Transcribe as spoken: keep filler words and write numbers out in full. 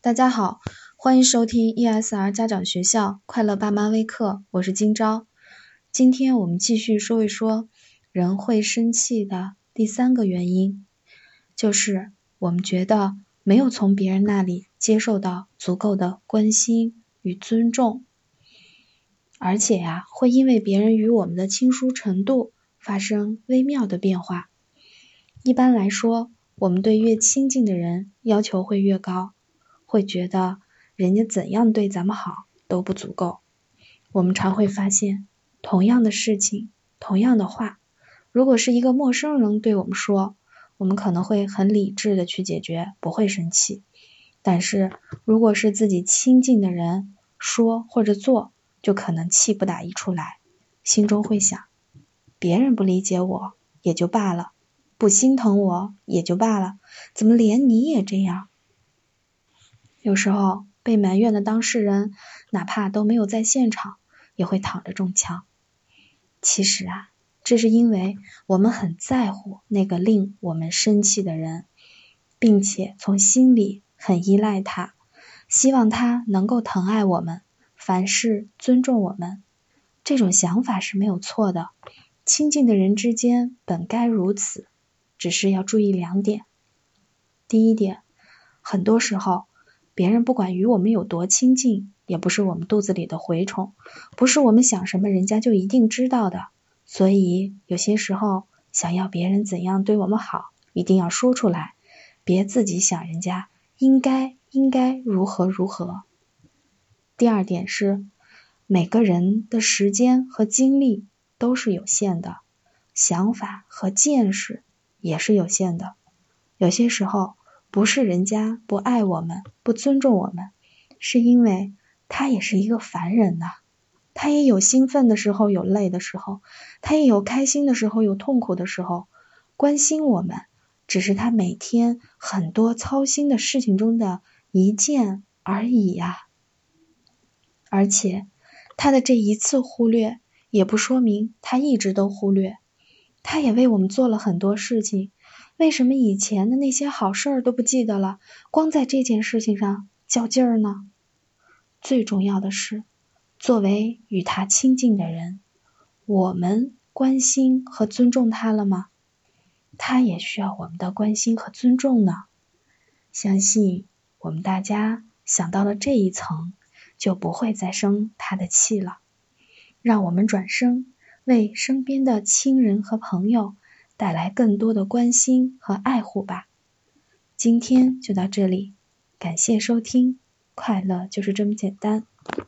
大家好，欢迎收听 E S R 家长学校快乐爸妈微课，我是今朝。今天我们继续说一说人会生气的第三个原因，就是我们觉得没有从别人那里接受到足够的关心与尊重，而且呀、啊，会因为别人与我们的亲疏程度发生微妙的变化。一般来说，我们对越亲近的人要求会越高，会觉得人家怎样对咱们好都不足够。我们常会发现，同样的事情，同样的话，如果是一个陌生人对我们说，我们可能会很理智的去解决，不会生气。但是如果是自己亲近的人说或者做，就可能气不打一处来，心中会想，别人不理解我也就罢了，不心疼我也就罢了，怎么连你也这样？有时候被埋怨的当事人哪怕都没有在现场，也会躺着中枪。其实啊，这是因为我们很在乎那个令我们生气的人，并且从心里很依赖他，希望他能够疼爱我们，凡事尊重我们。这种想法是没有错的，亲近的人之间本该如此，只是要注意两点。第一点，很多时候别人不管与我们有多亲近，也不是我们肚子里的蛔虫，不是我们想什么人家就一定知道的。所以有些时候想要别人怎样对我们好，一定要说出来，别自己想人家应该应该如何如何。第二点是，每个人的时间和精力都是有限的，想法和见识也是有限的。有些时候不是人家不爱我们，不尊重我们，是因为他也是一个凡人呐、啊，他也有兴奋的时候，有累的时候，他也有开心的时候，有痛苦的时候。关心我们只是他每天很多操心的事情中的一件而已呀、啊。而且他的这一次忽略也不说明他一直都忽略，他也为我们做了很多事情，为什么以前的那些好事儿都不记得了，光在这件事情上较劲儿呢？最重要的是，作为与他亲近的人，我们关心和尊重他了吗？他也需要我们的关心和尊重呢。相信我们大家想到了这一层，就不会再生他的气了。让我们转身，为身边的亲人和朋友带来更多的关心和爱护吧。今天就到这里，感谢收听，快乐就是这么简单。